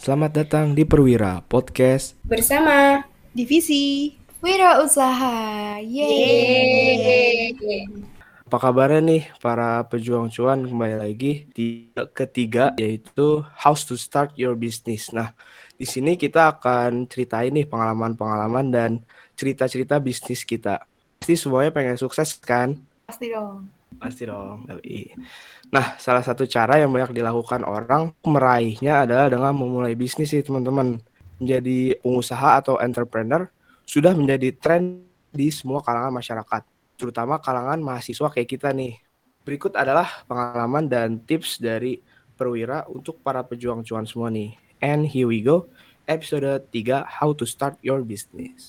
Selamat datang di Perwira Podcast bersama Divisi Wira Usaha. Yeay. Apa kabarnya nih para pejuang cuan, kembali lagi di ketiga yaitu How to Start Your Business. Nah, di sini kita akan ceritain nih pengalaman-pengalaman dan cerita-cerita bisnis kita. Pasti semuanya pengen sukses kan? Pasti dong. Pasti dong. Nah, salah satu cara yang banyak dilakukan orang meraihnya adalah dengan memulai bisnis sih teman-teman. Menjadi pengusaha atau entrepreneur sudah menjadi tren di semua kalangan masyarakat, terutama kalangan mahasiswa kayak kita nih. Berikut adalah pengalaman dan tips dari Perwira untuk para pejuang cuan semua nih. And here we go, episode 3, How to Start Your Business.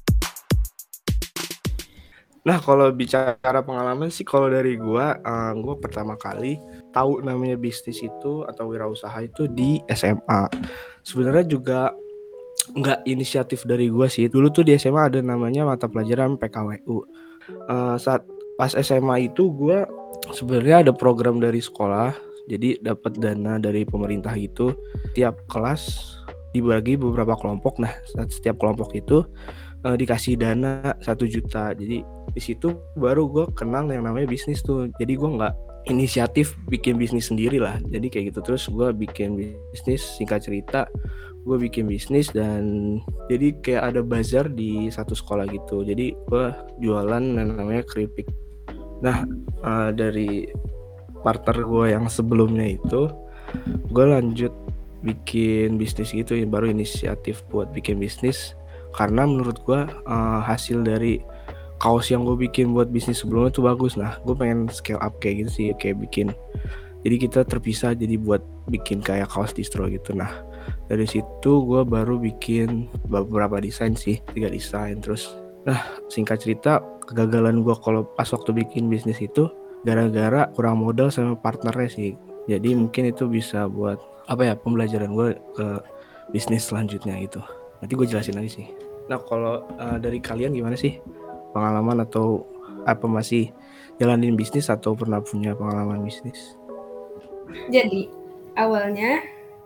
Nah, kalau bicara pengalaman sih, kalau dari gue pertama kali tahu namanya bisnis itu atau wirausaha itu di SMA. Sebenarnya juga nggak inisiatif dari gue sih. Dulu tuh di SMA ada namanya mata pelajaran PKWU. Saat pas SMA itu gue sebenarnya ada program dari sekolah, jadi dapat dana dari pemerintah gitu. Tiap kelas dibagi beberapa kelompok. Nah, setiap kelompok itu dikasih dana 1 juta. Jadi di situ baru gue kenal yang namanya bisnis tuh. Jadi gue nggak inisiatif bikin bisnis sendiri lah. Jadi kayak gitu, terus gue bikin bisnis. Singkat cerita, gue bikin bisnis dan jadi kayak ada bazar di satu sekolah gitu. Jadi gue jualan yang namanya keripik. Nah, dari partner gue yang sebelumnya itu, gue lanjut bikin bisnis gitu, baru inisiatif buat bikin bisnis. Karena menurut gue hasil dari kaos yang gue bikin buat bisnis sebelumnya tuh bagus. Nah, gue pengen scale up kayak gitu sih, kayak bikin. Jadi kita terpisah jadi buat bikin kayak kaos distro gitu. Nah, dari situ gue baru bikin beberapa desain sih, 3 desain. Terus, nah singkat cerita, kegagalan gue kalau pas waktu bikin bisnis itu gara-gara kurang modal sama partnernya sih. Jadi mungkin itu bisa buat pembelajaran gue ke bisnis selanjutnya gitu. Nanti gue jelasin lagi sih. Nah, kalau dari kalian gimana sih? Pengalaman atau apa, masih jalanin bisnis atau pernah punya pengalaman bisnis? Jadi awalnya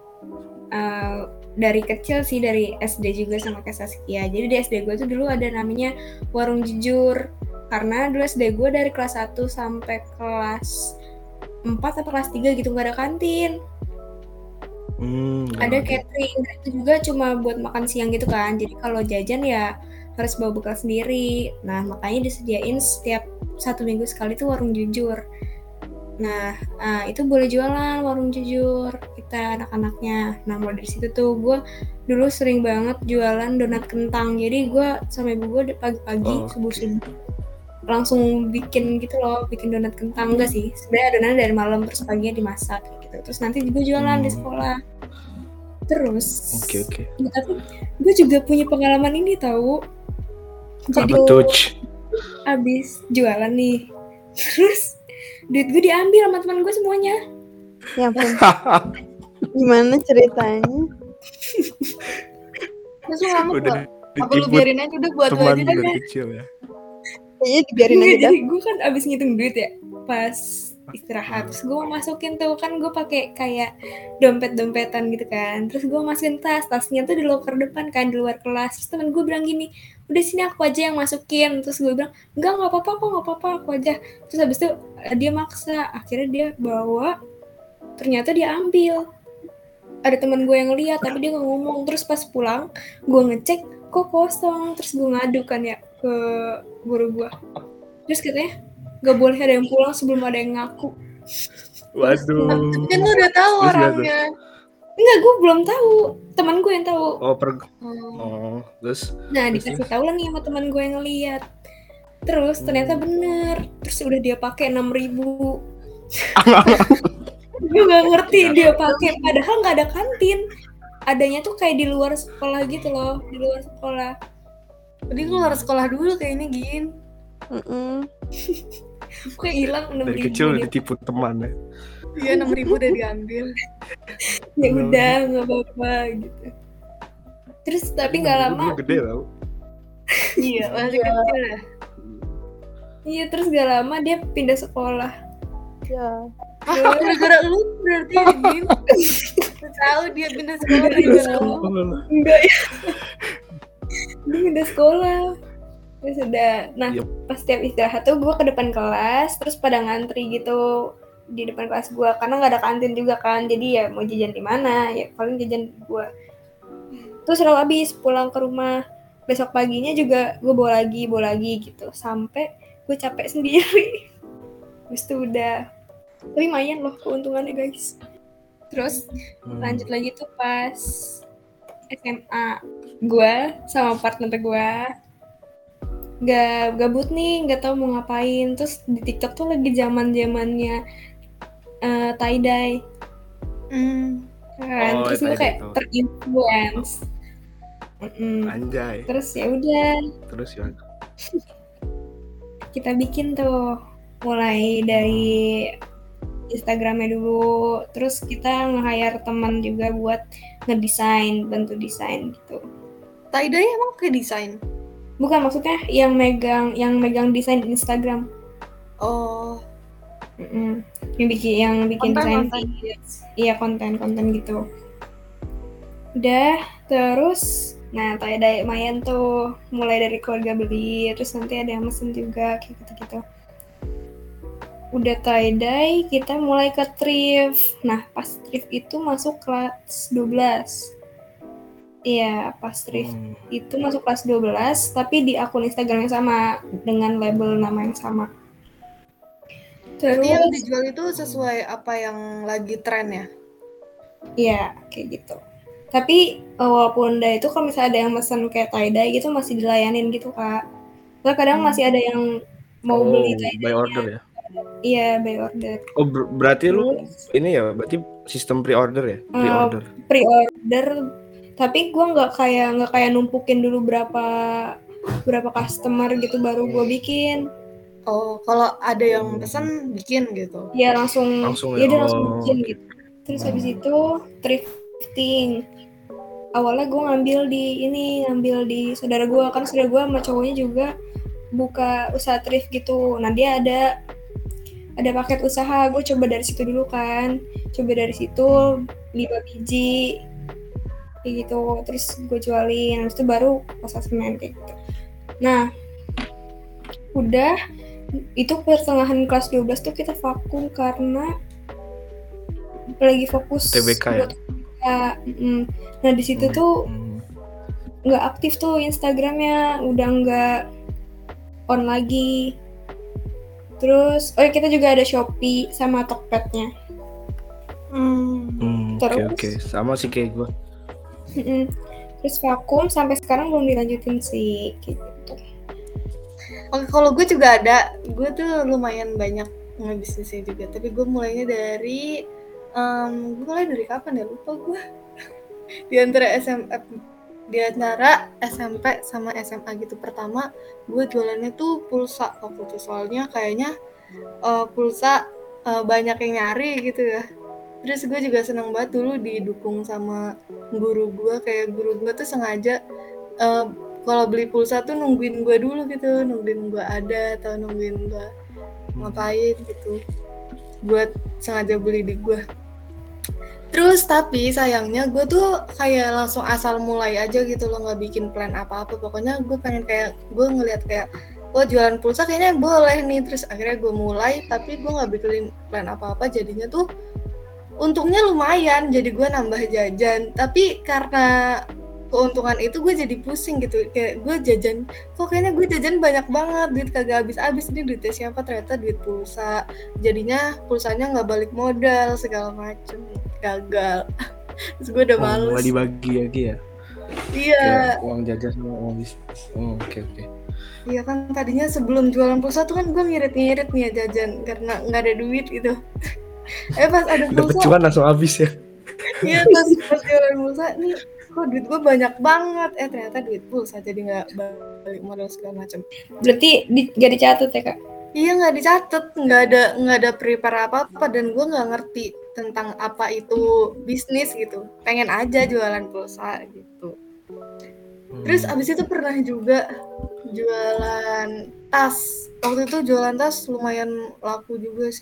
dari kecil sih, dari SD juga sama kayak Saskia. Jadi di SD gue tuh dulu ada namanya Warung Jujur. Karena dulu SD gue dari kelas 1 sampai kelas 4 atau kelas 3 gitu, gak ada kantin. Ada catering, itu juga cuma buat makan siang gitu kan. Jadi kalau jajan ya harus bawa bekal sendiri. Nah, makanya disediain setiap 1 minggu sekali tuh Warung Jujur. Nah, itu boleh jualan Warung Jujur kita anak-anaknya. Nah, mulai dari situ tuh gue dulu sering banget jualan donat kentang. Jadi gue sama ibu gue pagi-pagi subuh-subuh langsung bikin gitu loh, bikin donat kentang. Enggak sih, sebenarnya adonannya dari malam, terus paginya dimasak gitu. Terus nanti gue jualan di sekolah. Terus Oke. Ya, tapi gue juga punya pengalaman ini tahu. Jadi abis jualan nih, terus duit gue diambil sama teman gue semuanya. Ya ampun. Gimana ceritanya? Terus lu ngambek gak? Apa lu biarin aja udah buat lu aja dari kecil ya? Kayaknya dibiarin aja. Jadi gue kan abis ngitung duit ya, pas istirahat, terus gue masukin tuh, kan gue pakai kayak dompet-dompetan gitu kan, terus gue masukin tasnya tuh di loker depan kan, di luar kelas. Terus temen gue bilang gini, udah sini aku aja yang masukin. Terus gue bilang nggak apa-apa aku aja. Terus habis itu dia maksa, akhirnya dia bawa, ternyata dia ambil. Ada temen gue yang lihat tapi dia nggak ngomong. Terus pas pulang gue ngecek kok kosong, terus gue ngadu kan ya ke guru gue. Terus katanya gak boleh ada yang pulang sebelum ada yang ngaku. Waduh. Tapi kan lu udah tahu orangnya. Enggak, gue belum tahu. Teman gue yang tahu. Terus. Nah, dikasih tahu lah nih sama teman gue yang ngeliat. Terus ternyata bener. Terus udah dia pakai 6.000. Gue gak ngerti dia pakai, padahal nggak ada kantin. Adanya tuh kayak di luar sekolah gitu loh, di luar sekolah. Jadi gue harus sekolah dulu kayaknya Gin. Gue hilang 6.000. Dari kecil udah ditipu teman ya. Iya, 6.000 udah diambil. Ya udah, nggak apa-apa gitu. Terus tapi nggak lama. Gede tau. Iya, masih kecil ya. Iya, terus nggak lama dia pindah sekolah. Ya. Gara-gara lu berarti Gin. Tahu dia pindah sekolah dari mana? Enggak ya. Dia pindah sekolah. Terus udah, nah Yep. pas tiap istirahat tuh gue ke depan kelas, terus pada ngantri gitu di depan kelas gue, karena nggak ada kantin juga kan, jadi ya mau jajan di mana, ya paling jajan gue. Terus selalu habis pulang ke rumah, besok paginya juga gue bawa lagi gitu, sampai gue capek sendiri. Terus itu udah, tapi lumayan loh keuntungannya guys. Terus lanjut lagi tuh pas SMA, gue sama partner gue gabut nih, nggak tahu mau ngapain. Terus di TikTok tuh lagi zamannya tie dye kan. Oh, Terus gue tie-dye kayak tuh. terinfluence. Anjay. Terus ya udah Terus ya. kita bikin tuh, mulai dari Instagramnya dulu, terus kita nge-hire teman juga buat ngedesain, bantu desain gitu. Tie-dye emang kayak desain? Bukan, maksudnya yang megang desain Instagram. Oh, Yang bikin desain Konten. feeds. Iya, konten gitu. Udah, terus nah tie-dye lumayan tuh, mulai dari keluarga beli, terus nanti ada yang mesen juga kayak gitu-gitu. Udah tie-dye, kita mulai ke thrift. Nah, pas thrift itu masuk kelas 12. Iya, pas thrift itu masuk kelas 12, tapi di akun Instagram yang sama, dengan label nama yang sama. berarti yang Terus, dijual itu sesuai apa yang lagi tren ya? iya, kayak gitu. Tapi walaupun udah itu, kalau misalnya ada yang mesen kayak tie-dye gitu, masih dilayanin gitu, Kak. Soalnya kadang masih ada yang mau beli tie-dye. By order ya. Iya, by order. Oh, berarti lu Terus, ini ya, berarti sistem pre-order ya? Pre-order. pre-order, tapi gue nggak kayak numpukin dulu berapa customer gitu baru gue bikin. Oh, kalau ada yang pesen bikin gitu. Ya langsung ya. dia langsung bikin Oke. gitu. Terus habis itu thrifting. Awalnya gue ngambil di saudara gue, kan saudara gue sama cowoknya juga buka usaha thrift gitu. Nah, dia ada paket usaha, gue coba dari situ dulu kan. Coba dari situ 5 biji kayak gitu, terus gue jualin, habis itu baru asesmen kayak gitu. Nah, udah itu pertengahan kelas 12 tuh kita vakum karena lagi fokus TBK ya? Nah, di situ tuh nggak aktif tuh Instagramnya, udah nggak on lagi. Terus kita juga ada Shopee sama Tokpednya. Oke. Sama sih kayak gue. Terus vakum sampai sekarang belum dilanjutin sih gitu. Oke, kalau gue juga ada, gue tuh lumayan banyak ngebisnisnya juga, tapi gue mulainya dari gue mulai dari kapan ya, lupa gue. Di antara SMP sama SMA gitu. Pertama gue jualannya tuh pulsa waktu itu, soalnya kayaknya pulsa banyak yang nyari gitu ya. Terus gue juga senang banget dulu didukung sama guru gue, kayak guru gue tuh sengaja kalau beli pulsa tuh nungguin gue dulu gitu, nungguin gue ada atau nungguin gue ngapain gitu, buat sengaja beli di gue. Terus tapi sayangnya gue tuh kayak langsung asal mulai aja gitu loh, nggak bikin plan apa-apa. Pokoknya gue pengen kayak, gue ngeliat kayak jualan pulsa kayaknya boleh nih. Terus akhirnya gue mulai, tapi gue nggak bikin plan apa-apa. Jadinya tuh untungnya lumayan, jadi gue nambah jajan. Tapi karena keuntungan itu gue jadi pusing gitu, kayak gue jajan, kok kayaknya gue jajan banyak banget, duit kagak habis-habis, ini duitnya siapa, ternyata duit pulsa. Jadinya pulsanya nggak balik modal, segala macem, gagal. Terus gue udah males. Nggak dibagi lagi ya? Iya. Kayak uang jajan sama uang bisnis. Oke. Iya kan, tadinya sebelum jualan pulsa tuh kan gue ngirit-ngirit nih ya jajan, karena nggak ada duit gitu. Pas ada pulsa, dapet cuan langsung habis ya? Iya, pas jualan pulsa nih, kok duit gue banyak banget, ternyata duit pulsa, jadi nggak balik modal segala macam. Berarti nggak dicatat ya, Kak? Iya, nggak dicatat, nggak ada prepare apa-apa, dan gue nggak ngerti tentang apa itu bisnis gitu, pengen aja jualan pulsa gitu. Terus abis itu pernah juga jualan tas. Waktu itu jualan tas lumayan laku juga sih,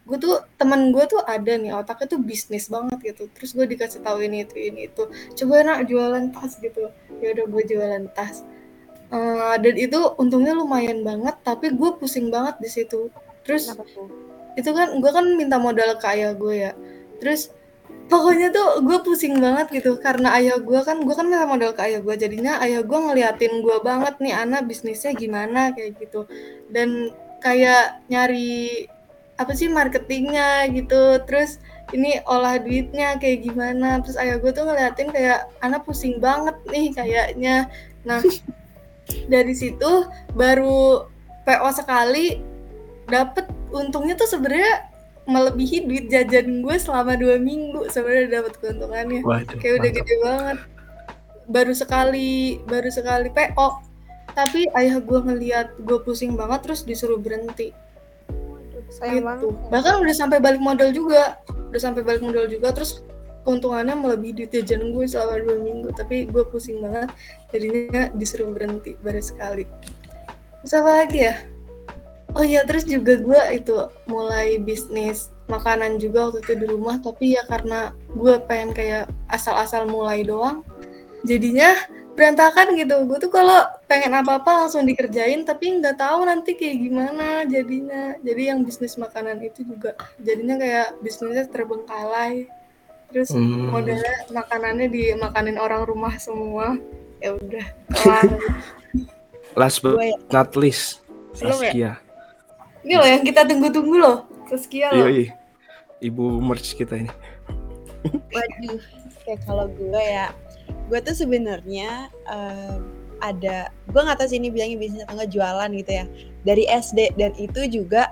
gue tuh teman gue tuh ada nih otaknya tuh bisnis banget gitu, terus gue dikasih tahu ini itu, coba nak jualan tas gitu, ya udah gue jualan tas. Dan itu untungnya lumayan banget, tapi gue pusing banget di situ. Terus Kenapa tuh? itu kan gue kan minta modal ke ayah gue ya, terus pokoknya tuh gue pusing banget gitu karena gue kan minta modal ke ayah gue, jadinya ayah gue ngeliatin gue banget nih anak bisnisnya gimana kayak gitu, dan kayak nyari apa sih marketingnya gitu, terus ini olah duitnya kayak gimana, terus ayah gue tuh ngeliatin kayak anak pusing banget nih kayaknya. Nah dari situ baru PO sekali dapet, untungnya tuh sebenarnya melebihi duit jajan gue selama 2 minggu sebenarnya dapat keuntungannya. Waduh, Kayak udah mantap. gede banget. Baru sekali PO. Tapi ayah gue ngeliat gue pusing banget terus disuruh berhenti. Waduh, sayang banget. Gitu. Bahkan udah sampai balik modal juga. Terus keuntungannya melebihi duit jajan gue selama 2 minggu. Tapi gue pusing banget. Jadinya disuruh berhenti baru sekali. Terus apa lagi ya? Oh iya, terus juga gue itu mulai bisnis makanan juga waktu itu di rumah, tapi ya karena gue pengen kayak asal-asal mulai doang, jadinya berantakan gitu. Gue tuh kalau pengen apa-apa langsung dikerjain, tapi nggak tahu nanti kayak gimana jadinya. Jadi yang bisnis makanan itu juga jadinya kayak bisnisnya terbengkalai. Terus modalnya makanannya dimakanin orang rumah semua. Ya udah, kelar. Last but Gue ya. not least, Belum ya? Saskia. Ini loh yang kita tunggu-tunggu loh, Saskia loh. Yoi, ibu merch kita ini. Waduh, kayak kalau gue ya, gue tuh sebenarnya ada, gue nggak tahu sih ini bilangnya bisnis atau nggak, jualan gitu ya, dari SD, dan itu juga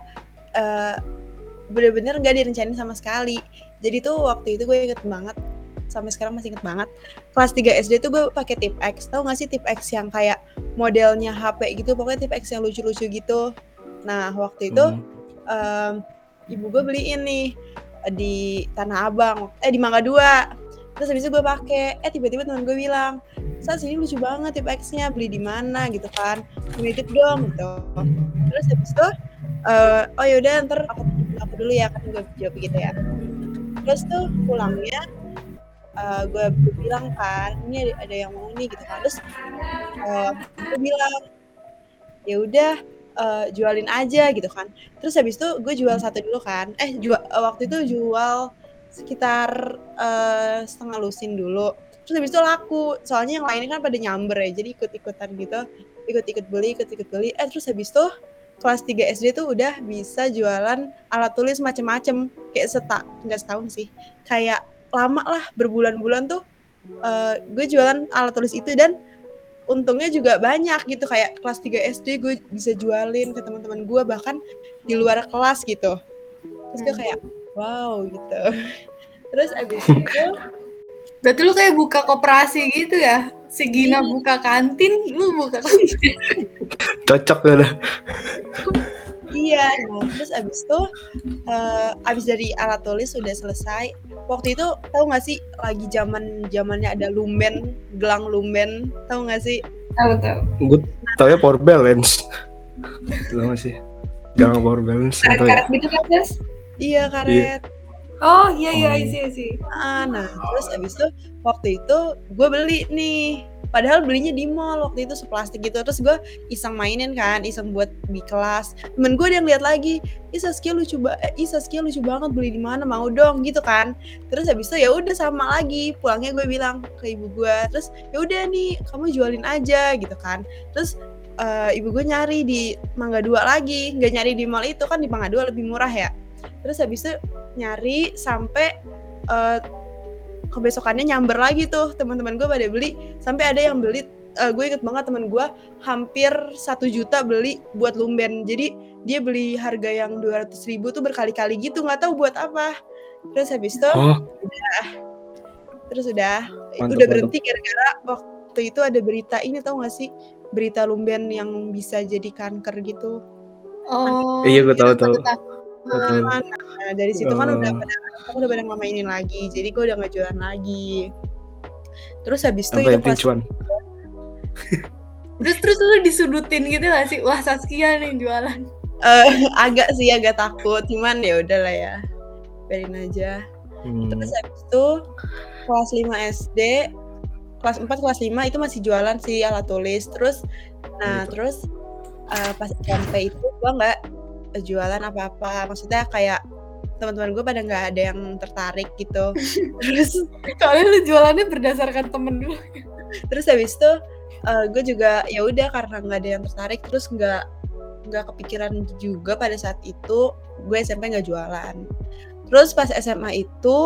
bener-bener nggak direncanain sama sekali. Jadi tuh waktu itu gue inget banget, sampai sekarang masih inget banget, kelas 3 SD tuh gue pakai tip X. Tahu nggak sih tip X yang kayak modelnya HP gitu, pokoknya tip X yang lucu-lucu gitu. Nah waktu itu ibu gue beliin nih di Tanah Abang, di Mangga 2. Terus habis itu gue pakai, tiba-tiba teman gue bilang, "Sas, ini lucu banget tip X-nya, beli di mana?" gitu kan, "Nitip dong," gitu. Terus habis itu oh yaudah ntar aku dulu ya, kan gue jawab gitu ya. Terus tuh pulangnya gue bilang kan, "Ini ada yang mau nih," gitu kan. Terus gue bilang, "Ya udah, jualin aja," gitu kan. Terus habis itu gue jual satu dulu kan. Waktu itu jual sekitar setengah lusin dulu. Terus habis itu laku. Soalnya yang lainnya kan pada nyamber ya. Jadi ikut-ikutan gitu. Ikut-ikut beli. Terus habis itu kelas 3 SD tuh udah bisa jualan alat tulis macem-macem. Kayak enggak setahun sih. Kayak lama lah, berbulan-bulan tuh gue jualan alat tulis itu, dan untungnya juga banyak gitu. Kayak kelas 3 SD gue bisa jualin ke teman-teman gue, bahkan di luar kelas gitu. Terus gue kayak wow gitu. Terus abis itu Berarti lu kayak buka koperasi gitu ya? Si Gina buka kantin, lu buka kantin. Cocok udah. Iya, nah terus abis itu abis dari alat tulis udah selesai. Waktu itu tahu nggak sih lagi zamannya ada lumben, gelang lumben, tahu nggak sih? Tahu. Gue tau ya power balance. Tahu nggak sih? Gelang power balance. Karet-karet gitu kan, Jas? Iya, karet. Oh iya sih. Nah terus abis itu waktu itu gue beli nih, padahal belinya di mall waktu itu seplastik gitu. Terus gue iseng mainin kan, iseng buat di kelas. Temen gue yang lihat lagi, Saskia lucu banget, beli di mana, mau dong gitu kan. Terus habis itu ya udah sama lagi, pulangnya gue bilang ke ibu gue, terus ya udah nih kamu jualin aja gitu kan. Terus ibu gue nyari di Mangga 2 lagi, nggak nyari di mall itu kan, di Mangga 2 lebih murah ya. Terus habis itu nyari sampai kebesokannya nyamber lagi tuh, teman-teman gue pada beli, sampai ada yang beli, gue inget banget teman gue hampir 1 juta beli buat lumben. Jadi dia beli harga yang 200.000 tuh berkali-kali gitu, nggak tahu buat apa. Terus habis itu udah berhenti gara-gara waktu itu ada berita ini, tahu nggak sih, berita lumben yang bisa jadi kanker gitu. Oh iya, gue tahu. Nah, dari situ kan udah pada ngamainin lagi, jadi gue udah nggak jualan lagi. Terus habis itu kelas terus lu disudutin gitu gak sih? Wah, Saskia nih jualan. agak takut, cuman ya udahlah ya, biarin aja. Terus habis itu kelas 5 SD, kelas 4, kelas 5 itu masih jualan sih alat tulis. Terus terus pas SMP itu gue nggak jualan apa-apa, maksudnya kayak teman-teman gue pada nggak ada yang tertarik gitu. Terus Soalnya lu jualannya berdasarkan temen dulu. terus habis itu gue juga ya udah karena nggak ada yang tertarik, terus nggak kepikiran juga pada saat itu gue SMP nggak jualan. Terus pas SMA itu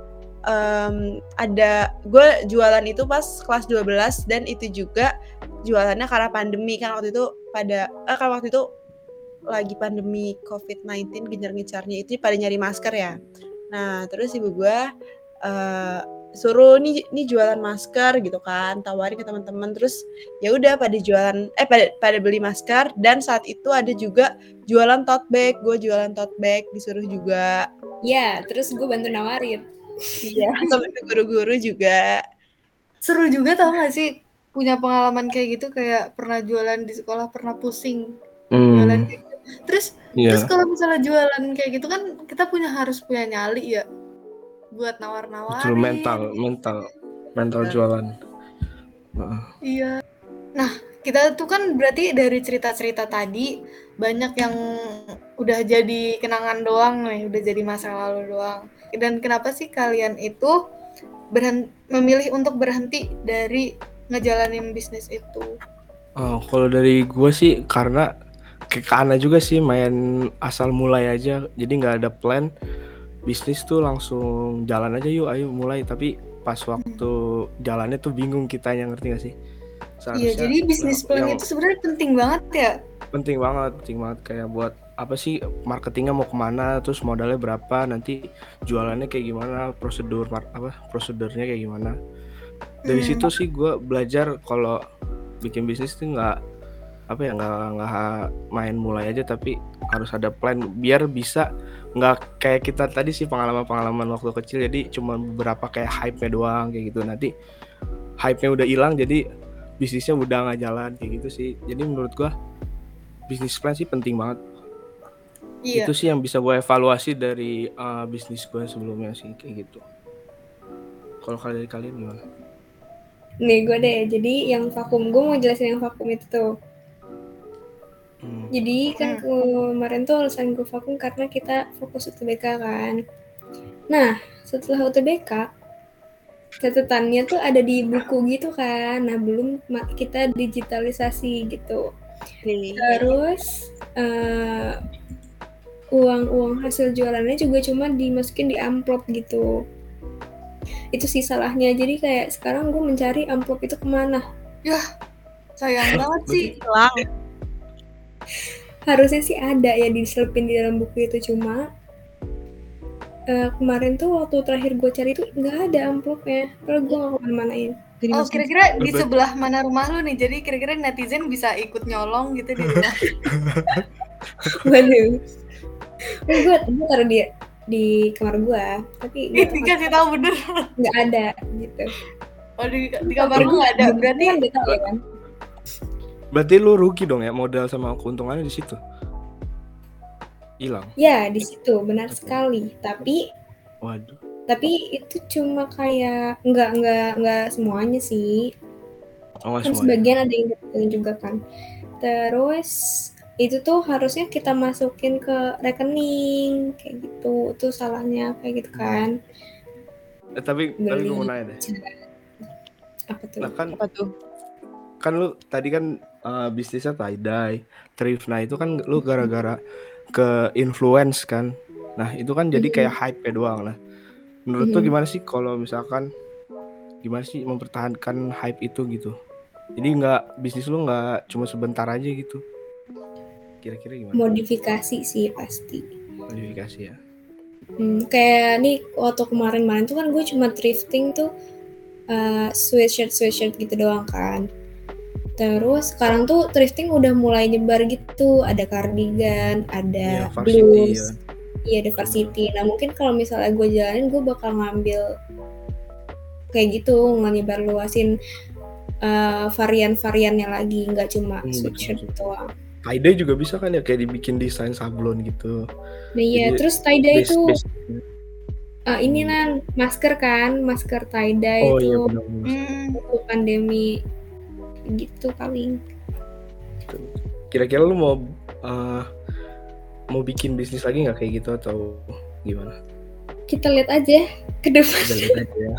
ada gue jualan itu pas kelas 12, dan itu juga jualannya karena pandemi kan waktu itu kan waktu itu lagi pandemi COVID-19 gencar-gencarnya itu pada nyari masker ya. Nah terus ibu gue suruh nih jualan masker gitu kan, tawarin ke teman-teman. Terus ya udah pada jualan pada beli masker, dan saat itu ada juga jualan tote bag. Gue jualan tote bag disuruh juga. Ya, terus gue bantu nawarin. Iya, sampai ke guru-guru juga. Seru juga tau gak sih punya pengalaman kayak gitu, kayak pernah jualan di sekolah, pernah pusing jualan kayak gitu. Terus kalau misalnya jualan kayak gitu kan kita harus punya nyali ya buat nawar-nawarin. Betul, mental jualan. Iya. Nah, kita tuh kan berarti dari cerita-cerita tadi banyak yang udah jadi kenangan doang nih, udah jadi masa lalu doang. Dan kenapa sih kalian itu memilih untuk berhenti dari ngejalanin bisnis itu? Kalau dari gue sih karena karena juga sih main asal mulai aja, jadi nggak ada plan. Bisnis tuh langsung jalan aja, yuk ayo mulai, tapi pas waktu jalannya tuh bingung kitanya, ngerti gak sih? Iya, jadi bisnis plan itu sebenarnya penting banget ya? Penting banget kayak buat apa sih, marketingnya mau kemana, terus modalnya berapa, nanti jualannya kayak gimana, prosedurnya kayak gimana. Dari situ sih gue belajar kalau bikin bisnis tuh nggak main mulai aja, tapi harus ada plan biar bisa nggak kayak kita tadi sih pengalaman waktu kecil, jadi cuma beberapa kayak hype-nya doang kayak gitu, nanti hype-nya udah hilang jadi bisnisnya udah nggak jalan kayak gitu sih. Jadi menurut gua bisnis plan sih penting banget. Iya. Itu sih yang bisa gue evaluasi dari bisnis gue sebelumnya sih kayak gitu. Kalau dari kalian gimana? Nih gue deh, jadi yang vakum, gue mau jelasin yang vakum itu tuh. Jadi kan kemarin tuh alasan gue vakum karena kita fokus UTBK kan. Nah setelah UTBK catatannya tuh ada di buku gitu kan. Nah belum kita digitalisasi gitu. Terus uang hasil jualannya juga cuma dimasukin di amplop gitu. Itu sih salahnya. Jadi kayak sekarang gue mencari amplop itu kemana. Yah sayang banget sih. Harusnya sih ada ya diselipin di dalam buku itu, cuma kemarin tuh waktu terakhir gue cari tuh nggak ada amplopnya, kalau gue nggak kemana-manain. Oh kira-kira di sebelah mana rumah lu nih? Jadi kira-kira netizen bisa ikut nyolong gitu di rumah. Waduh, gue taruh di kamar gue, tapi dikasih tahu bener nggak ada gitu. Oh di kamar lu nggak ada, berarti kan tahu ya kan? Berarti lu rugi dong ya, modal sama keuntungannya di situ hilang. Ya di situ benar sekali, tapi waduh. Tapi itu cuma kayak nggak semuanya sih. Kan sebagian ada yang dapetnya juga kan. Terus itu tuh harusnya kita masukin ke rekening kayak gitu. Itu salahnya kayak gitu kan. Tapi gue mau nanya deh. Apa tuh? Nah, apa tuh? Kan lu tadi kan bisnisnya tie-dye, thrift. Nah itu kan lu gara-gara ke influence kan. Nah itu kan jadi kayak hype doang. Nah menurut tuh gimana sih kalau misalkan gimana sih mempertahankan hype itu gitu? Jadi bisnis lu nggak cuma sebentar aja gitu. Kira-kira gimana? Modifikasi sih pasti. Modifikasi ya. Kayak nih waktu kemarin tuh kan gue cuma thrifting tuh sweatshirt gitu doang kan. Terus sekarang tuh thrifting udah mulai nyebar gitu, ada cardigan, ada blues, iya ada varsity. Nah mungkin kalau misalnya gue jalanin, gue bakal ngambil kayak gitu, nyebar luasin varian-variannya lagi, nggak cuma sweatshirt doang. tie-dye juga bisa kan ya, kayak dibikin desain sablon gitu. Nah iya, Jadi terus tie-dye itu ini masker kan, masker tie-dye Oh iya itu benar. waktu pandemi gitu paling. Kira-kira lu mau bikin bisnis lagi nggak kayak gitu atau gimana? Kita lihat aja ke depan. Kita lihat aja ya.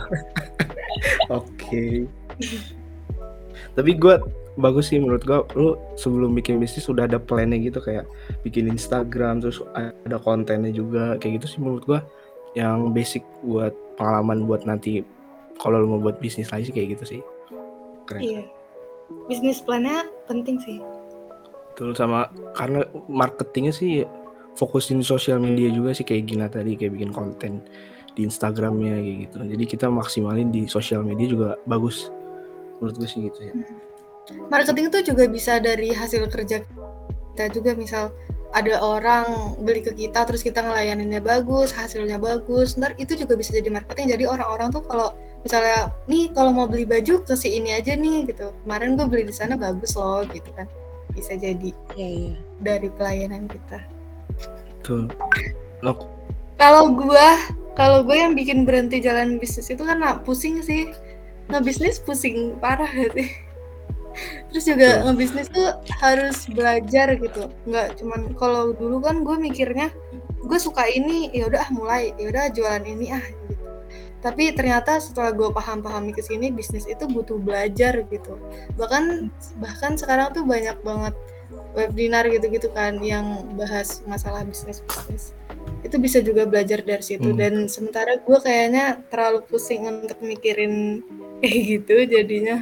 Oke. Tapi gue bagus sih menurut gue, lu sebelum bikin bisnis sudah ada plannya gitu, kayak bikin Instagram terus ada kontennya juga kayak gitu sih menurut gue, yang basic buat pengalaman buat nanti kalau lu mau buat bisnis lagi sih kayak gitu sih. Keren. Iya. Bisnis plannya penting sih. Betul, sama karena marketingnya sih fokusin di sosial media juga sih, kayak Gina tadi kayak bikin konten di Instagramnya kayak gitu. Jadi kita maksimalin di sosial media juga bagus menurut gue sih gitu ya. Marketing itu juga bisa dari hasil kerja kita juga, misal ada orang beli ke kita terus kita ngelayaninnya bagus, hasilnya bagus, ntar itu juga bisa jadi marketing. Jadi orang-orang tuh kalau misalnya nih kalau mau beli baju ke si ini aja nih gitu, kemarin gue beli di sana bagus loh gitu kan, bisa jadi dari pelayanan kita. Tuh. Kalau gue yang bikin berhenti jalan bisnis itu karena pusing sih. Ngebisnis pusing parah sih. Terus juga ngebisnis tuh harus belajar gitu. Nggak cuman kalau dulu kan gue mikirnya gue suka ini, ya udah mulai, ya udah jualan ini gitu. Tapi ternyata setelah gue pahami kesini, bisnis itu butuh belajar gitu. Bahkan sekarang tuh banyak banget webinar gitu-gitu kan yang bahas masalah bisnis. Itu bisa juga belajar dari situ. Dan sementara gue kayaknya terlalu pusing untuk mikirin kayak gitu, jadinya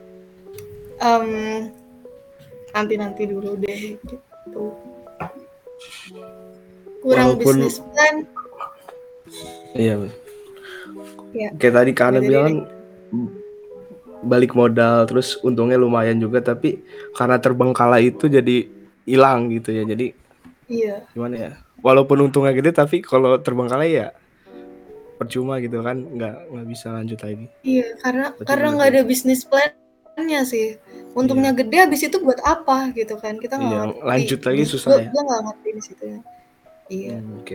nanti dulu deh gitu. Kurang bisnis plan. Iya. Ya. Kayak tadi Kana bilang kan balik modal terus untungnya lumayan juga, tapi karena terbengkalai itu jadi hilang gitu ya. Jadi gimana ya? Walaupun untungnya gede tapi kalau terbengkalai ya percuma gitu kan, nggak bisa lanjut lagi. Iya, karena nggak ada bisnis plan-nya sih. Untungnya gede, habis itu buat apa gitu kan? Kita nggak ngerti. Lanjut lagi susah ya. Gue nggak ngerti di situ ya. Iya. Oke.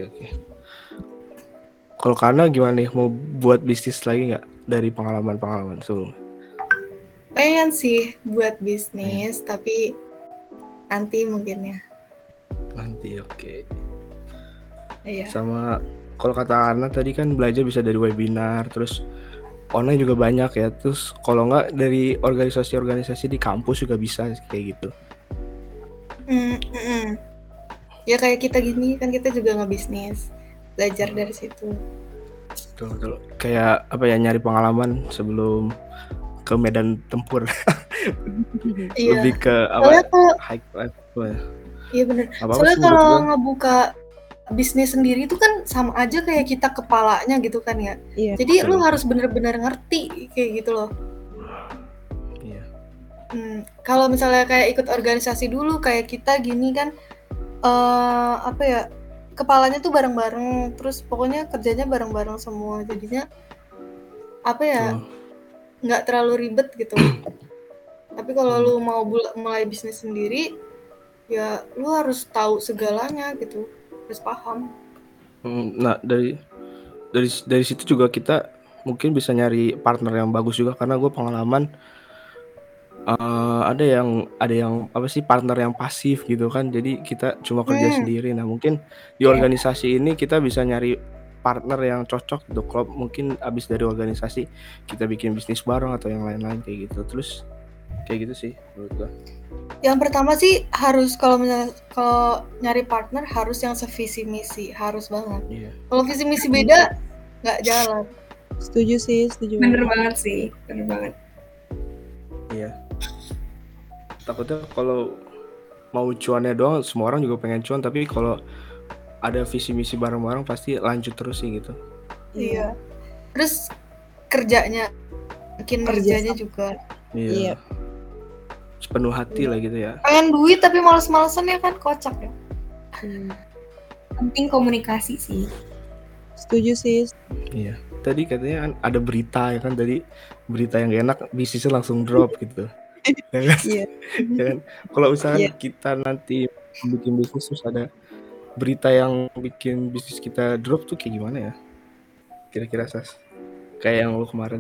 Kalau Kana gimana nih, mau buat bisnis lagi nggak dari pengalaman sebelumnya? Pengen sih buat bisnis, tapi nanti mungkin ya. Nanti oke. Iya. Sama kalau kata Ana tadi kan belajar bisa dari webinar, terus online juga banyak ya. Terus kalau nggak dari organisasi di kampus juga bisa kayak gitu. Ya kayak kita gini kan, kita juga ngebisnis, belajar dari situ. Betul. Kayak apa ya, nyari pengalaman sebelum ke medan tempur. Lebih ke apa? High life. Iya benar. Soalnya kalau ngebuka bisnis sendiri itu kan sama aja kayak kita kepalanya gitu kan ya. Iya. Jadi lu harus bener-bener ngerti kayak gitu loh. Iya. Kalau misalnya kayak ikut organisasi dulu kayak kita gini kan, apa ya, kepalanya tuh bareng-bareng, terus pokoknya kerjanya bareng-bareng semua, jadinya apa ya, nggak terlalu ribet gitu. Tapi kalau lu mau mulai bisnis sendiri, ya lu harus tahu segalanya gitu, harus paham. Nah dari situ juga kita mungkin bisa nyari partner yang bagus juga, karena gue pengalaman ada yang apa sih, partner yang pasif gitu kan, jadi kita cuma kerja sendiri. Nah mungkin di organisasi ini kita bisa nyari partner yang cocok gitu. Kalau mungkin abis dari organisasi kita bikin bisnis bareng atau yang lain-lain kayak gitu. Terus kayak gitu sih menurut gua. Yang pertama sih harus, kalau nyari partner harus yang sevisi misi, harus banget. Iya. Kalau visi misi beda nggak jalan. Setuju. Bener banget sih, bener banget. Iya. Takutnya kalau mau cuannya doang, semua orang juga pengen cuan, tapi kalau ada visi misi bareng-bareng pasti lanjut terus sih gitu. Iya. Terus kerjanya juga. Iya. Sepenuh hati lah gitu ya. Pengen duit tapi males-malesan ya kan, kocak ya. Penting komunikasi sih. Setuju sih. Iya. Tadi katanya ada berita ya kan, tadi berita yang gak enak, bisnisnya langsung drop gitu. Ya kan? Iya. Ya kan? Kalau misalkan Iya. kita nanti bikin bisnis terus ada berita yang bikin bisnis kita drop tuh kayak gimana ya? Kira-kira Sas? Kayak yang lu kemarin.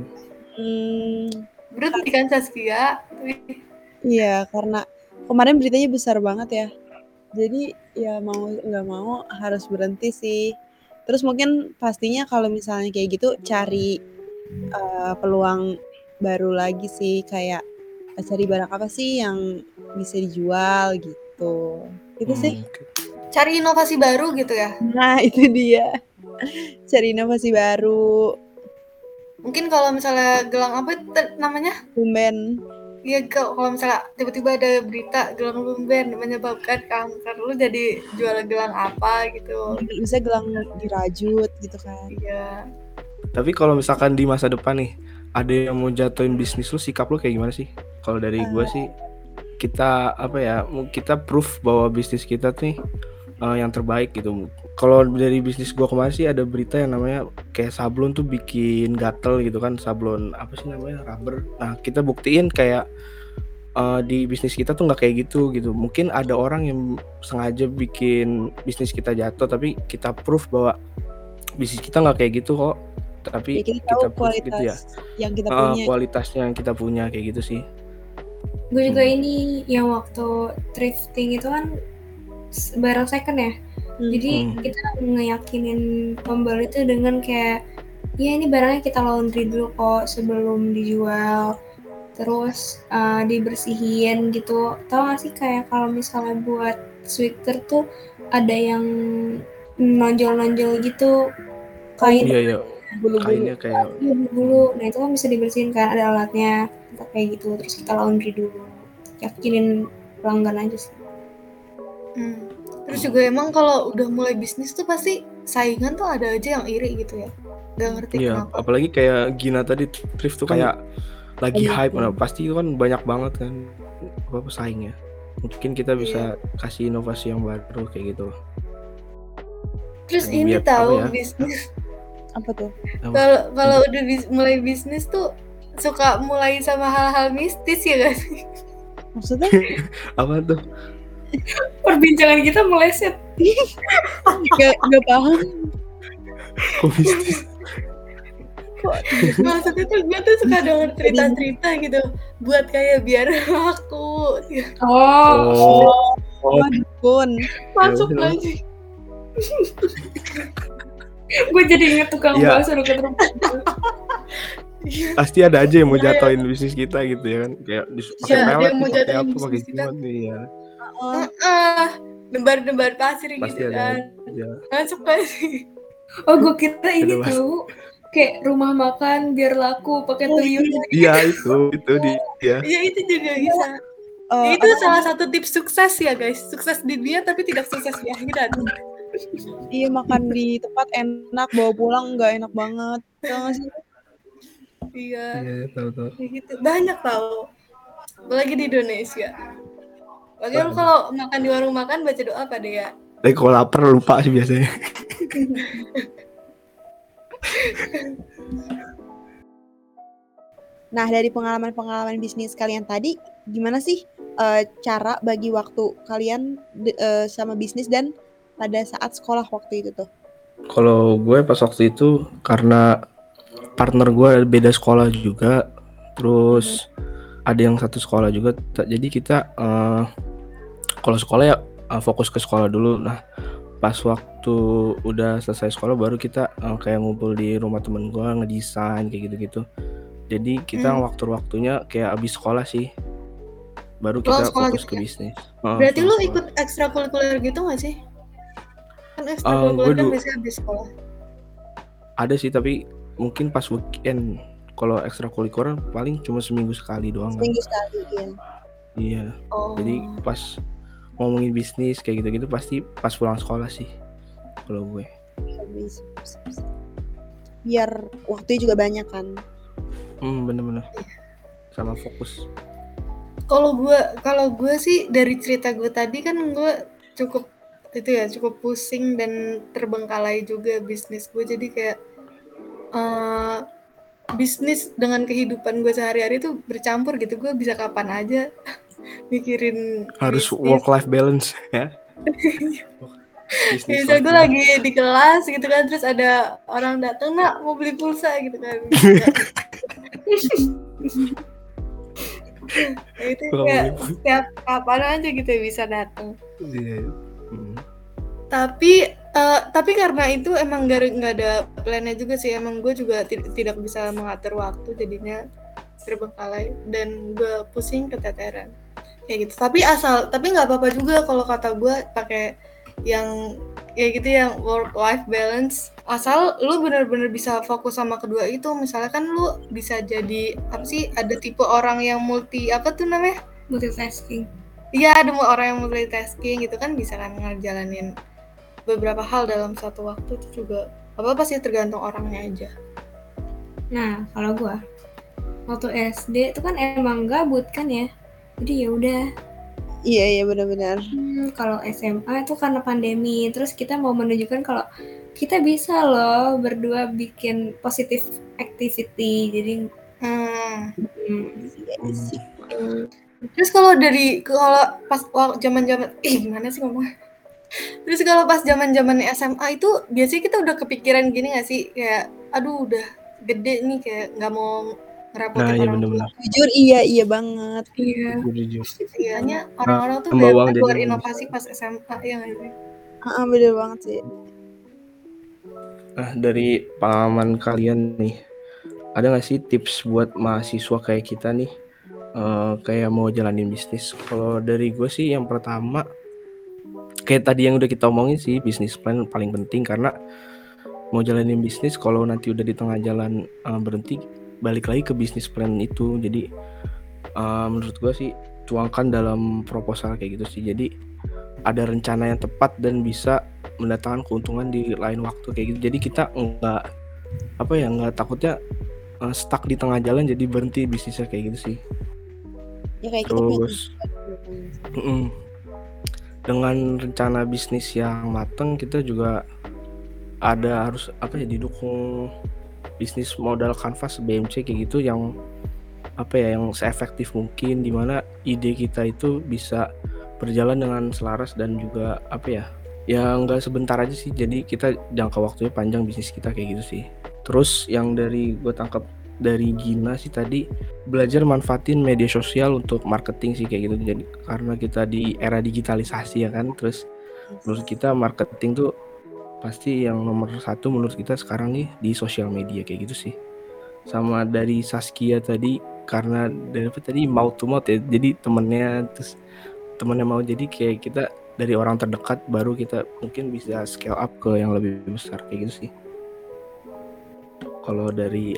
Berhenti kan Saskia. Iya, karena kemarin beritanya besar banget ya. Jadi ya mau nggak mau harus berhenti sih. Terus mungkin pastinya kalau misalnya kayak gitu cari peluang baru lagi sih, kayak cari barang apa sih yang bisa dijual gitu. Itu sih. Cari inovasi baru gitu ya. Nah, itu dia. Cari inovasi baru. Mungkin kalau misalnya gelang apa namanya? Tumben. Iya, kalau misalnya tiba-tiba ada berita gelang lumben menyebabkan kanker, lu jadi jual gelang apa gitu. Bisa gelang dirajut gitu kan. Iya. Tapi kalau misalkan di masa depan nih, ada yang mau jatuhin bisnis lu, sikap lu kayak gimana sih? Kalau dari gue sih, kita kita proof bahwa bisnis kita nih yang terbaik gitu. Kalau dari bisnis gue kemarin sih ada berita yang namanya kayak sablon tuh bikin gatel gitu kan, sablon apa sih namanya, rubber. Nah kita buktiin kayak di bisnis kita tuh nggak kayak gitu. Mungkin ada orang yang sengaja bikin bisnis kita jatuh, tapi kita proof bahwa bisnis kita nggak kayak gitu kok. Tapi Ya, kita kita tahu proof gitu ya. yang kita punya. Kualitasnya yang kita punya kayak gitu sih. Gue juga ini yang waktu thrifting itu kan barang second ya. Jadi kita ngeyakinin pembeli itu dengan kayak, ya ini barangnya kita laundry dulu kok sebelum dijual. Terus dibersihin gitu. Tahu gak sih kayak kalau misalnya buat sweater tuh ada yang nonjol-nonjol gitu kain. Iya. Kainnya kayak bulu. Nah itu kan bisa dibersihin kan, ada alatnya kayak gitu. Terus kita laundry dulu. Yakinin pelanggan aja sih. Terus juga emang kalau udah mulai bisnis tuh pasti saingan tuh ada aja yang iri gitu ya. Gak ngerti kenapa. Apalagi kayak Gina tadi, thrift tuh kayak lagi hype, pasti itu kan banyak banget kan pesaingnya. Mungkin kita bisa kasih inovasi yang baru kayak gitu. Terus ini tahu bisnis apa tuh? Kalau udah mulai bisnis tuh suka mulai sama hal-hal mistis ya gak sih? Maksudnya? Apa tuh? Perbincangan kita meleset. Gak paham. Kok mistis? Maksudnya tuh gue tuh suka denger cerita-cerita gitu buat kayak biar laku. Dukun. Masuk lagi. Gue jadi inget tukang bakso dekat rumah. Pasti ada aja yang mau jatuhin bisnis kita gitu ya kan, kayak pakai pelet, pakai apa, pakai gimana nih ya. Nembar-nembar pasir pasti gitu ada kan. aja. Masuk pasti. Oh gue kira ini tahu kayak rumah makan biar laku pakai tuyul. Iya itu dia. Iya itu juga bisa. Itu salah satu tips sukses ya guys. Sukses di dunia tapi tidak sukses di akhirat. Iya, makan di tempat enak, bawa pulang nggak enak banget. Tahu nggak sih? Iya. Tahu. Gitu. Banyak tahu. Apalagi di Indonesia. Lagian kalau makan di warung makan baca doa apa deh ya? Tapi kalau lapar lupa sih biasanya. Nah, dari pengalaman bisnis kalian tadi, gimana sih cara bagi waktu kalian sama bisnis dan pada saat sekolah waktu itu tuh? Kalau gue pas waktu itu karena partner gue beda sekolah juga, terus ada yang satu sekolah juga, jadi kita kalau sekolah ya fokus ke sekolah dulu. Nah pas waktu udah selesai sekolah baru kita kayak ngumpul di rumah temen gue ngedesain kayak gitu-gitu. Jadi kita waktu-waktunya kayak abis sekolah sih baru kita fokus ke bisnis. Berarti lu ikut ekstrakurikuler gitu nggak sih? Kan ekstrakurikuler kan biasanya habis sekolah. Ada sih tapi mungkin pas weekend. Kalau ekstrakurikuler paling cuma seminggu sekali doang. Seminggu sekali ya. Iya. Jadi pas ngomongin bisnis kayak gitu-gitu pasti pas pulang sekolah sih kalau gue. Biar waktunya juga banyak kan. Bener-bener. Sama fokus. Kalau gue sih dari cerita gue tadi kan gue cukup pusing dan terbengkalai juga bisnis gue, jadi kayak bisnis dengan kehidupan gue sehari-hari tuh bercampur gitu. Gue bisa kapan aja mikirin Harus bisnis. work life balance ya. Bisnis Misal gue life lagi di kelas gitu kan, terus ada orang datang, nak mau beli pulsa gitu kan. Ya, itu kayak setiap kapan aja gitu bisa datang. Iya. Tapi karena itu emang nggak ada plannya juga sih. Emang gue juga tidak bisa mengatur waktu, jadinya terbengkalai dan gue pusing keteteran kayak gitu. Tapi nggak apa-apa juga kalau kata gue pakai yang kayak gitu, yang work life balance, asal lu benar-benar bisa fokus sama kedua itu. Misalnya kan lu bisa jadi apa sih, ada tipe orang yang multitasking. Iya, ada orang yang multitasking gitu kan, bisa kan ngejalanin beberapa hal dalam satu waktu. Itu juga apa sih, tergantung orangnya aja. Nah, kalau gua waktu SD itu kan emang gabut kan ya, jadi ya udah. Iya benar-benar. Kalau SMA itu karena pandemi, terus kita mau menunjukkan kalau kita bisa loh berdua bikin positive activity, jadi Terus kalau pas zaman-zaman gimana sih ngomong? Terus kalau pas zaman-zaman SMA itu biasanya kita udah kepikiran gini nggak sih, kayak aduh udah gede nih, kayak nggak mau ngerapotin orang tua. Jujur iya banget. Iya. Iya, orang-orang tuh tambah uang banyak keluar jadi inovasi pas SMA ya nggak sih? Bener banget sih. Nah, dari pengalaman kalian nih, ada nggak sih tips buat mahasiswa kayak kita nih, kayak mau jalanin bisnis? Kalau dari gue sih yang pertama, kayak tadi yang udah kita omongin sih, bisnis plan paling penting. Karena mau jalanin bisnis, kalau nanti udah di tengah jalan berhenti, balik lagi ke bisnis plan itu. Jadi menurut gue sih tuangkan dalam proposal kayak gitu sih. Jadi ada rencana yang tepat dan bisa mendatangkan keuntungan di lain waktu kayak gitu. Jadi kita nggak takutnya stuck di tengah jalan jadi berhenti bisnisnya kayak gitu sih. Ya kayak terus dengan rencana bisnis yang matang, kita juga harus didukung bisnis modal kanvas BMC kayak gitu, yang yang seefektif mungkin, dimana ide kita itu bisa berjalan dengan selaras dan juga nggak sebentar aja sih. Jadi kita jangka waktunya panjang bisnis kita kayak gitu sih. Terus yang dari gue tangkap dari Gina sih tadi, belajar manfaatin media sosial untuk marketing sih kayak gitu. Jadi karena kita di era digitalisasi ya kan, terus menurut kita marketing tuh pasti yang nomor satu menurut kita sekarang nih di sosial media kayak gitu sih. Sama dari Saskia tadi, karena dari tadi mouth to mouth ya, jadi temennya mau, jadi kayak kita dari orang terdekat baru kita mungkin bisa scale up ke yang lebih besar kayak gitu sih. Kalau dari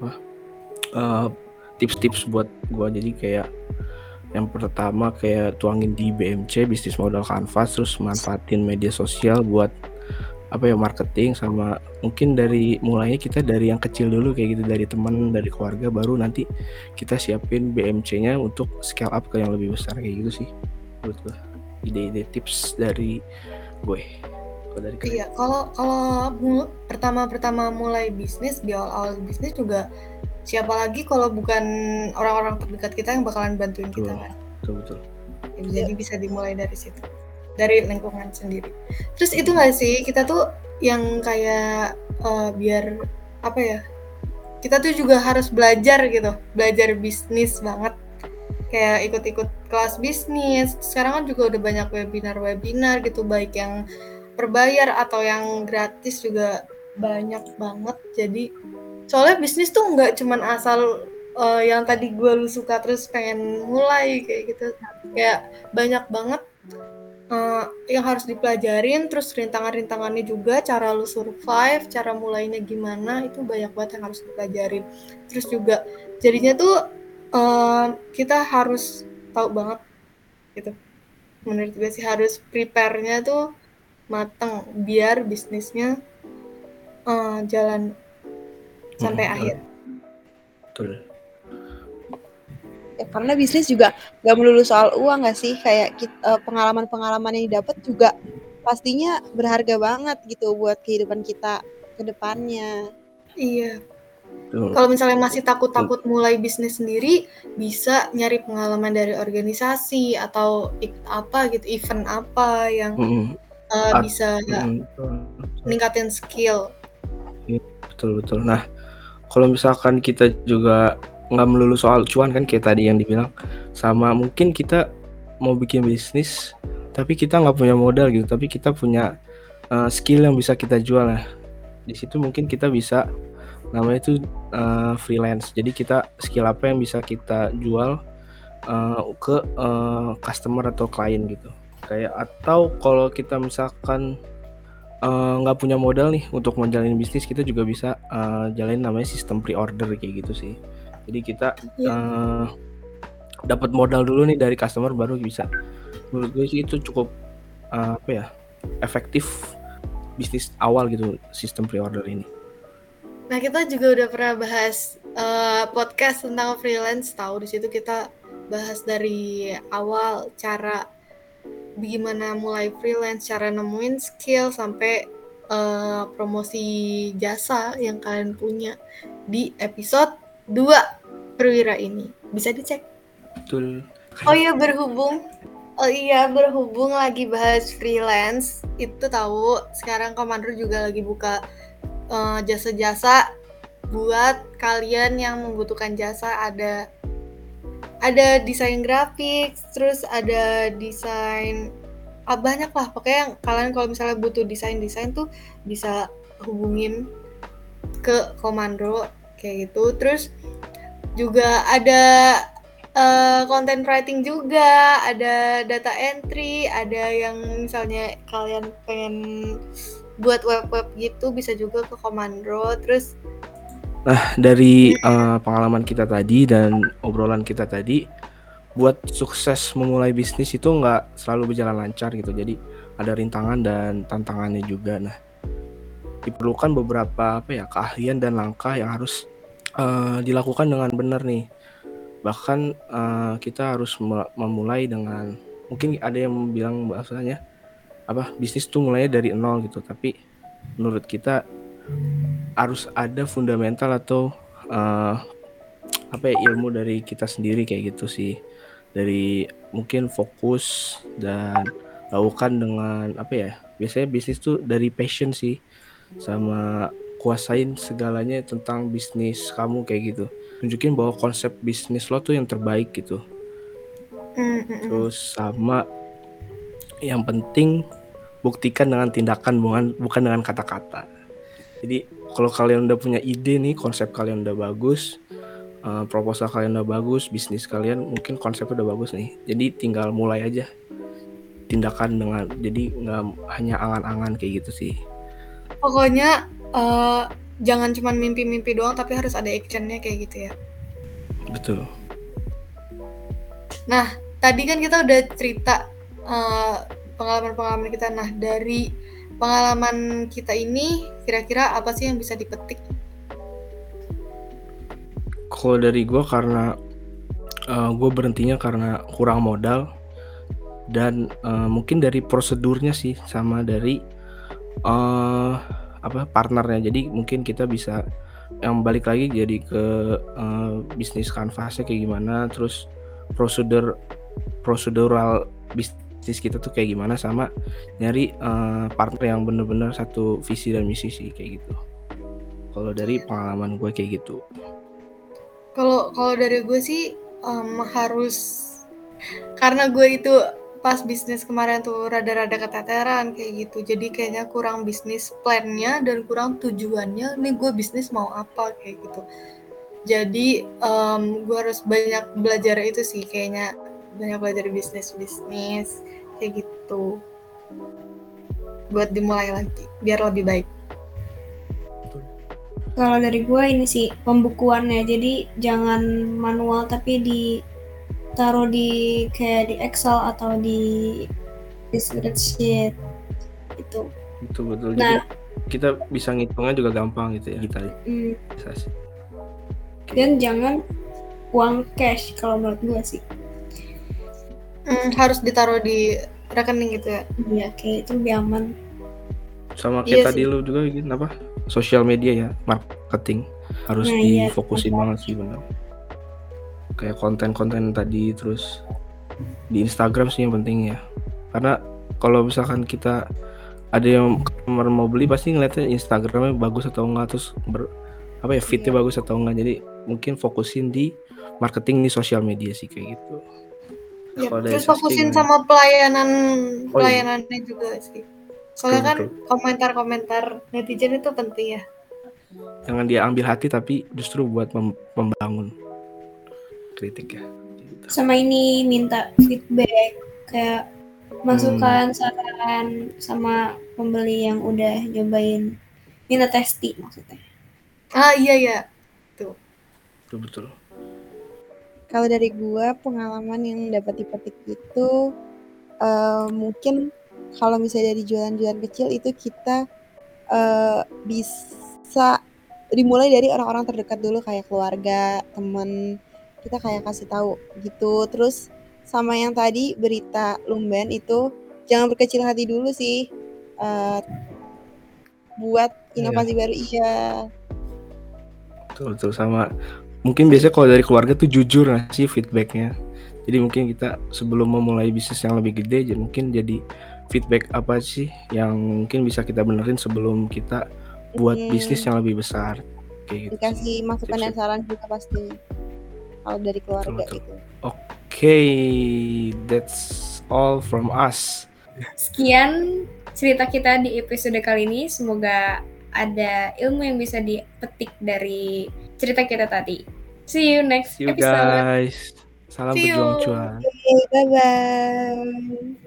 tips-tips buat gua, jadi kayak yang pertama kayak tuangin di BMC bisnis modal kanvas, terus manfaatin media sosial buat marketing, sama mungkin dari mulainya kita dari yang kecil dulu kayak gitu, dari teman, dari keluarga, baru nanti kita siapin BMC-nya untuk scale up ke yang lebih besar kayak gitu sih menurut gue. Ide-ide tips dari gue. Iya, kalau pertama mulai bisnis, di awal bisnis juga siapa lagi kalau bukan orang-orang terdekat kita yang bakalan bantuin kita kan. Betul. Jadi bisa dimulai dari situ, dari lingkungan sendiri. Terus itu nggak sih, kita tuh yang kayak biar kita tuh juga harus belajar gitu, belajar bisnis banget, kayak ikut-ikut kelas bisnis. Sekarang kan juga udah banyak webinar gitu, baik yang berbayar atau yang gratis juga banyak banget. Jadi soalnya bisnis tuh nggak cuman asal yang tadi lu suka terus pengen mulai kayak gitu, kayak banyak banget yang harus dipelajarin. Terus rintangan-rintangannya juga, cara lu survive, cara mulainya gimana, itu banyak banget yang harus dipelajarin. Terus juga jadinya tuh kita harus tahu banget gitu. Menurut gue sih harus prepare-nya tuh mateng biar bisnisnya jalan sampai akhir. Betul. Ya, karena bisnis juga gak melulu soal uang gak sih, kayak pengalaman-pengalaman yang didapat juga pastinya berharga banget gitu buat kehidupan kita ke depannya. Iya, Betul. Kalau misalnya masih takut-takut mulai bisnis sendiri, bisa nyari pengalaman dari organisasi atau ikut apa gitu, event apa yang Mm-mm. bisa Betul. ningkatin skill. Betul. Nah, kalau misalkan kita juga nggak melulu soal cuan kan kayak tadi yang dibilang, sama mungkin kita mau bikin bisnis tapi kita nggak punya modal gitu, tapi kita punya skill yang bisa kita jual. Nah, di situ mungkin kita bisa namanya itu freelance. Jadi kita skill apa yang bisa kita jual ke customer atau klien gitu. Kayak atau kalau kita misalkan nggak punya modal nih untuk menjalani bisnis, kita juga bisa jalanin namanya sistem pre-order kayak gitu sih. Jadi kita dapat modal dulu nih dari customer baru bisa. Menurut gue sih itu cukup efektif bisnis awal gitu, sistem pre-order ini. Nah, kita juga udah pernah bahas podcast tentang freelance, tahu di situ kita bahas dari awal cara gimana mulai freelance, cara nemuin skill sampai promosi jasa yang kalian punya di episode 2 Perwira ini. Bisa dicek. Betul. Oh iya, berhubung lagi bahas freelance, itu tahu sekarang Komando juga lagi buka jasa-jasa buat kalian yang membutuhkan jasa. Ada desain grafik, terus ada desain banyak lah, pokoknya kalian kalau misalnya butuh desain tuh bisa hubungin ke Komando kayak gitu. Terus juga ada content writing juga, ada data entry, ada yang misalnya kalian pengen buat web gitu bisa juga ke Komando. Terus dari pengalaman kita tadi dan obrolan kita tadi, buat sukses memulai bisnis itu nggak selalu berjalan lancar gitu. Jadi ada rintangan dan tantangannya juga. Nah, diperlukan beberapa keahlian dan langkah yang harus dilakukan dengan benar nih. Bahkan kita harus memulai dengan, mungkin ada yang bilang bahasanya bisnis tuh mulainya dari nol gitu, tapi menurut kita harus ada fundamental atau ilmu dari kita sendiri kayak gitu sih. Dari mungkin fokus dan lakukan dengan biasanya bisnis tuh dari passion sih, sama kuasain segalanya tentang bisnis kamu kayak gitu. Tunjukin bahwa konsep bisnis lo tuh yang terbaik gitu. Terus sama yang penting buktikan dengan tindakan, bukan dengan kata-kata. Jadi kalau kalian udah punya ide nih, konsep kalian udah bagus, proposal kalian udah bagus, bisnis kalian mungkin konsepnya udah bagus nih, jadi tinggal mulai aja tindakan dengan, jadi nggak hanya angan-angan kayak gitu sih. Pokoknya jangan cuma mimpi-mimpi doang, tapi harus ada actionnya kayak gitu ya. Betul. Nah, tadi kan kita udah cerita pengalaman-pengalaman kita. Nah, dari pengalaman kita ini kira-kira apa sih yang bisa dipetik? Kalau dari gue, karena gue berhentinya karena kurang modal dan mungkin dari prosedurnya sih, sama dari partnernya. Jadi mungkin kita bisa yang balik lagi jadi ke bisnis kanvasnya kayak gimana, terus prosedural bisnis kita tuh kayak gimana, sama nyari partner yang bener-bener satu visi dan misi sih kayak gitu. Kalau dari pengalaman gue kayak gitu. Kalau dari gue sih harus, karena gue itu pas bisnis kemarin tuh rada-rada keteteran kayak gitu, jadi kayaknya kurang bisnis plan-nya dan kurang tujuannya nih gue bisnis mau apa kayak gitu. Jadi gue harus banyak belajar itu sih, kayaknya banyak belajar bisnis kayak gitu buat dimulai lagi biar lebih baik. Kalau dari gue ini sih pembukuannya, jadi jangan manual tapi ditaruh di kayak di Excel atau di spreadsheet itu. Betul. Jadi kita bisa ngitungnya juga gampang gitu ya kita. Dan jangan uang cash kalau menurut gue sih. Harus ditaruh di rekening gitu ya. Iya, kayak itu lebih aman. Sama kayak tadi lu juga gitu sosial media ya, marketing. harus Nah, iya, difokusin banget sih benar. Kayak konten-konten tadi, terus di Instagram sih yang penting ya. Karena kalau misalkan kita ada yang customer mau beli pasti ngeliatnya Instagramnya bagus atau enggak, terus feednya bagus atau enggak. Jadi mungkin fokusin di marketing di sosial media sih kayak gitu. Ya, Kalau dari terus Saskia fokusin gimana? sama Oh, iya. pelayanannya juga sih. Soalnya kan Betul. komentar-komentar netizen itu penting ya. Jangan dia ambil hati tapi justru buat membangun kritik ya. Gitu. Sama ini minta feedback kayak masukan, saran sama pembeli yang udah nyobain, minta testing maksudnya. Iya. Tuh. Betul. Kalau dari gua pengalaman yang dapat dipetik itu mungkin kalau misalnya dari jualan-jualan kecil itu kita bisa dimulai dari orang-orang terdekat dulu kayak keluarga, temen, kita kayak kasih tahu gitu. Terus sama yang tadi berita lumban itu jangan berkecil hati dulu sih, buat inovasi baru. Iya. Betul sama. Mungkin biasanya kalau dari keluarga tuh jujur nggak sih feedbacknya. Jadi mungkin kita sebelum memulai bisnis yang lebih gede, mungkin jadi feedback apa sih yang mungkin bisa kita benerin sebelum kita buat bisnis yang lebih besar. Kayak gitu. Dikasih masukan dan saran juga pasti kalau dari keluarga gitu. Oke, that's all from us. Sekian cerita kita di episode kali ini. Semoga ada ilmu yang bisa dipetik dari cerita kita tadi. See you next episode. Guys. Salam berjuang cuan. Okay, bye-bye.